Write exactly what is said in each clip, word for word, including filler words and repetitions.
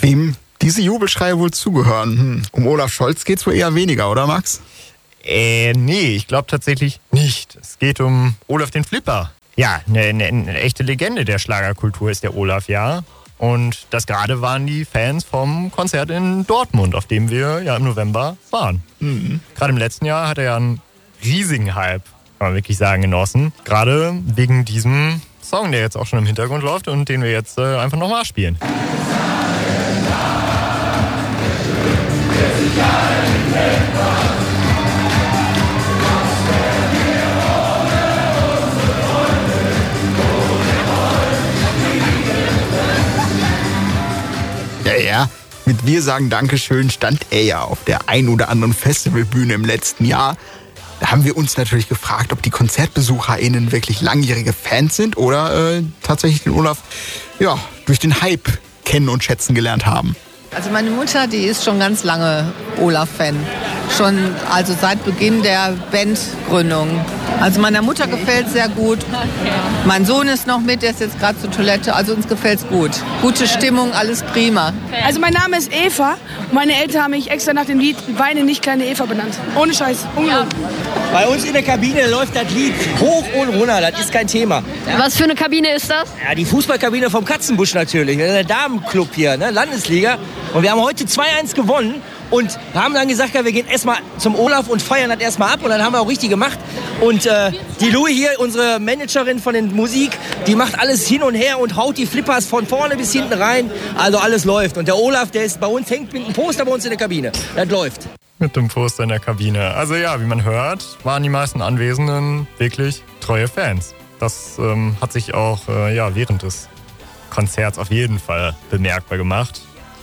Wem diese Jubelschreie wohl zugehören? Hm. Um Olaf Scholz geht's wohl eher weniger, oder Max? Äh, nee, ich glaube tatsächlich nicht. Es geht um Olaf den Flipper. Ja, eine ne, ne echte Legende der Schlagerkultur ist der Olaf, ja. Und das gerade waren die Fans vom Konzert in Dortmund, auf dem wir ja im November waren. Mhm. Gerade im letzten Jahr hat er ja einen riesigen Hype, kann man wirklich sagen, genossen. Gerade wegen diesem Song, der jetzt auch schon im Hintergrund läuft und den wir jetzt äh, einfach nochmal spielen. Ja, ja. Mit Wir sagen Dankeschön stand er ja auf der ein oder anderen Festivalbühne im letzten Jahr. Da haben wir uns natürlich gefragt, ob die KonzertbesucherInnen wirklich langjährige Fans sind oder äh, tatsächlich den Olaf ja, durch den Hype kennen und schätzen gelernt haben. Also meine Mutter, die ist schon ganz lange Olaf-Fan. Schon also seit Beginn der Bandgründung. Also meiner Mutter gefällt es sehr gut. Mein Sohn ist noch mit, der ist jetzt gerade zur Toilette. Also uns gefällt es gut. Gute Stimmung, alles prima. Also mein Name ist Eva. Meine Eltern haben mich extra nach dem Lied Weine nicht kleine Eva benannt. Ohne Scheiß. Ungelogen. Bei uns in der Kabine läuft das Lied hoch und runter. Das ist kein Thema. Was für eine Kabine ist das? Ja, die Fußballkabine vom Katzenbusch natürlich. Der Damenclub hier, ne? Landesliga. Und wir haben heute zwei eins gewonnen und haben dann gesagt, ja, wir gehen erstmal zum Olaf und feiern das erstmal ab. Und dann haben wir auch richtig gemacht. Und äh, die Louis hier, unsere Managerin von der Musik, die macht alles hin und her und haut die Flippers von vorne bis hinten rein. Also alles läuft. Und der Olaf, der ist bei uns, hängt mit einem Poster bei uns in der Kabine. Das läuft. Mit dem Poster in der Kabine. Also ja, wie man hört, waren die meisten Anwesenden wirklich treue Fans. Das ähm, hat sich auch äh, ja, während des Konzerts auf jeden Fall bemerkbar gemacht.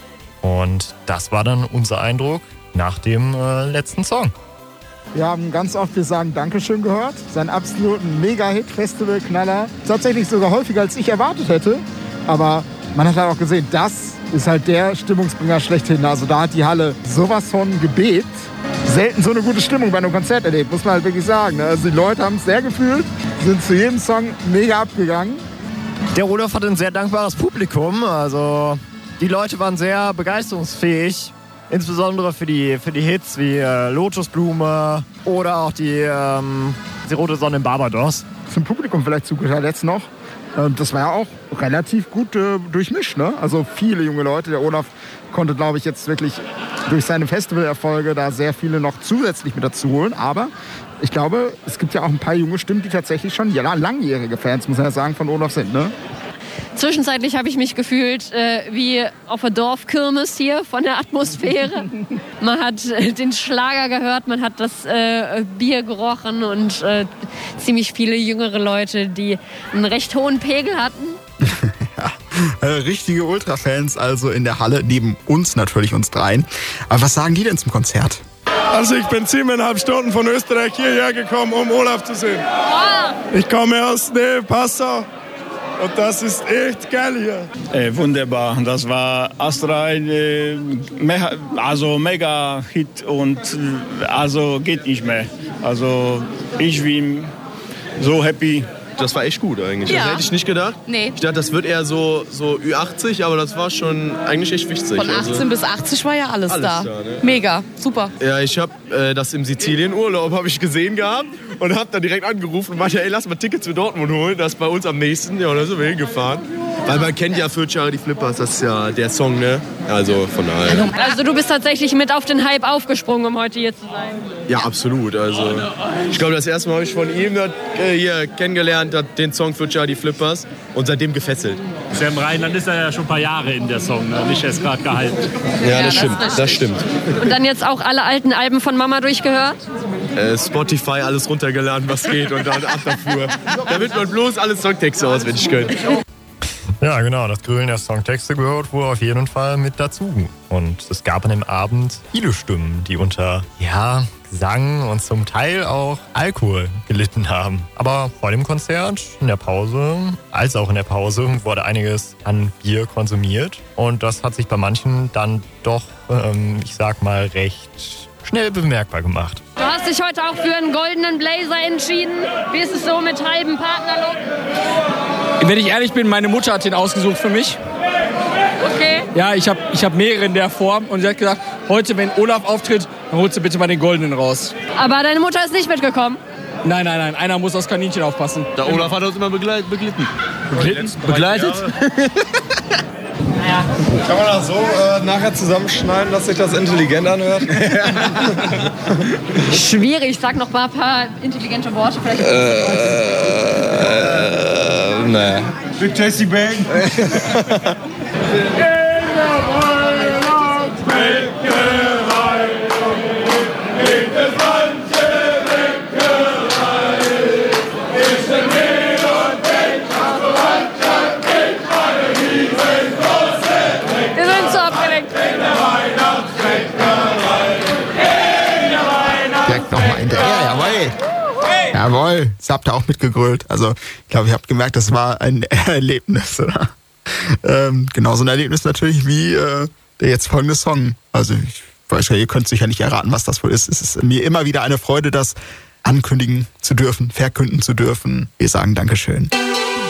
Und das war dann unser Eindruck nach dem äh, letzten Song. Wir haben ganz oft Wir sagen Dankeschön gehört. Sein absoluten Mega-Hit, Festival-Knaller. Tatsächlich sogar häufiger, als ich erwartet hätte. Aber man hat halt auch gesehen, das ist halt der Stimmungsbringer schlechthin. Also da hat die Halle sowas von gebebt. Selten so eine gute Stimmung bei einem Konzert erlebt, muss man halt wirklich sagen. Also die Leute haben es sehr gefühlt, sind zu jedem Song mega abgegangen. Der Olaf hat ein sehr dankbares Publikum. Also die Leute waren sehr begeisterungsfähig. Insbesondere für die, für die Hits wie äh, Lotusblume oder auch die, ähm, die Rote Sonne in Barbados. Zum Publikum vielleicht zugeteilt jetzt noch. Das war ja auch relativ gut äh, durchmischt, ne? Also viele junge Leute. Der Olaf konnte, glaube ich, jetzt wirklich durch seine Festivalerfolge da sehr viele noch zusätzlich mit dazu holen. Aber ich glaube, es gibt ja auch ein paar junge Stimmen, die tatsächlich schon ja, langjährige Fans, muss man ja sagen, von Olaf sind, ne? Zwischenzeitlich habe ich mich gefühlt äh, wie auf der Dorfkirmes hier von der Atmosphäre. Man hat äh, den Schlager gehört, man hat das äh, Bier gerochen und äh, ziemlich viele jüngere Leute, die einen recht hohen Pegel hatten. Ja, äh, richtige Ultrafans also in der Halle, neben uns natürlich, uns dreien. Aber was sagen die denn zum Konzert? Also ich bin siebeneinhalb Stunden von Österreich hierher gekommen, um Olaf zu sehen. Ich komme aus Nähe Passau. Und das ist echt geil hier. Äh, wunderbar. Das war astrein, äh, me- also mega Hit und äh, also geht nicht mehr. Also ich bin so happy. Das war echt gut eigentlich. Ja. Das hätte ich nicht gedacht. Nee. Ich dachte, das wird eher so, so Ü achtzig, aber das war schon eigentlich echt wichtig. Von achtzehn also, bis achtzig war ja alles, alles da. da, ne? Mega, super. Ja, ich habe äh, das im Sizilienurlaub habe ich gesehen gehabt und habe dann direkt angerufen und meinte, ey, lass mal Tickets für Dortmund holen, das ist bei uns am nächsten. Ja, und da sind wir hingefahren. Weil man kennt ja Fünf Jahre die Flippers, das ist ja der Song, ne? Also von daher. Also du bist tatsächlich mit auf den Hype aufgesprungen, um heute hier zu sein. Ja, absolut. Also ich glaube, das erste Mal habe ich von ihm das, äh, hier kennengelernt, hat den Song Fünf Jahre die Flippers und seitdem gefesselt. Sam Rheinland ist ja schon ein paar Jahre in der Song, ne? Nicht erst gerade gehypt. Ja, das stimmt, das stimmt. Und dann jetzt auch alle alten Alben von Mama durchgehört? Äh, Spotify alles runtergeladen, was geht und dann ab dafür. Damit man bloß alle Songtexte auswendig können. Ja, genau, das Grölen der Songtexte gehört wohl auf jeden Fall mit dazu. Und es gab an dem Abend viele Stimmen, die unter, ja, Gesang und zum Teil auch Alkohol gelitten haben. Aber vor dem Konzert, in der Pause, als auch in der Pause, wurde einiges an Bier konsumiert. Und das hat sich bei manchen dann doch, ähm, ich sag mal, recht schnell bemerkbar gemacht. Du hast dich heute auch für einen goldenen Blazer entschieden. Wie ist es so mit halbem Partnerlook? Wenn ich ehrlich bin, meine Mutter hat den ausgesucht für mich. Okay. Ja, ich habe ich hab mehrere in der Form und sie hat gesagt, heute, wenn Olaf auftritt, dann holst du bitte mal den goldenen raus. Aber deine Mutter ist nicht mitgekommen? Nein, nein, nein, einer muss aufs Kaninchen aufpassen. Der Olaf hat uns immer begleit, beglitten. Beglitten? Begleitet? Naja. Kann man das so äh, nachher zusammenschneiden, dass sich das intelligent anhört? Schwierig, sag noch mal ein paar intelligente Worte. Vielleicht äh, äh, nee. Big Tasty Bang. Jawohl, das habt ihr auch mitgegrölt. Also ich glaube, ihr habt gemerkt, das war ein Erlebnis, oder? Ähm, genauso ein Erlebnis natürlich wie äh, der jetzt folgende Song. Also ich weiß ja, ihr könnt sicher nicht erraten, was das wohl ist. Es ist mir immer wieder eine Freude, das ankündigen zu dürfen, verkünden zu dürfen. Wir sagen Dankeschön.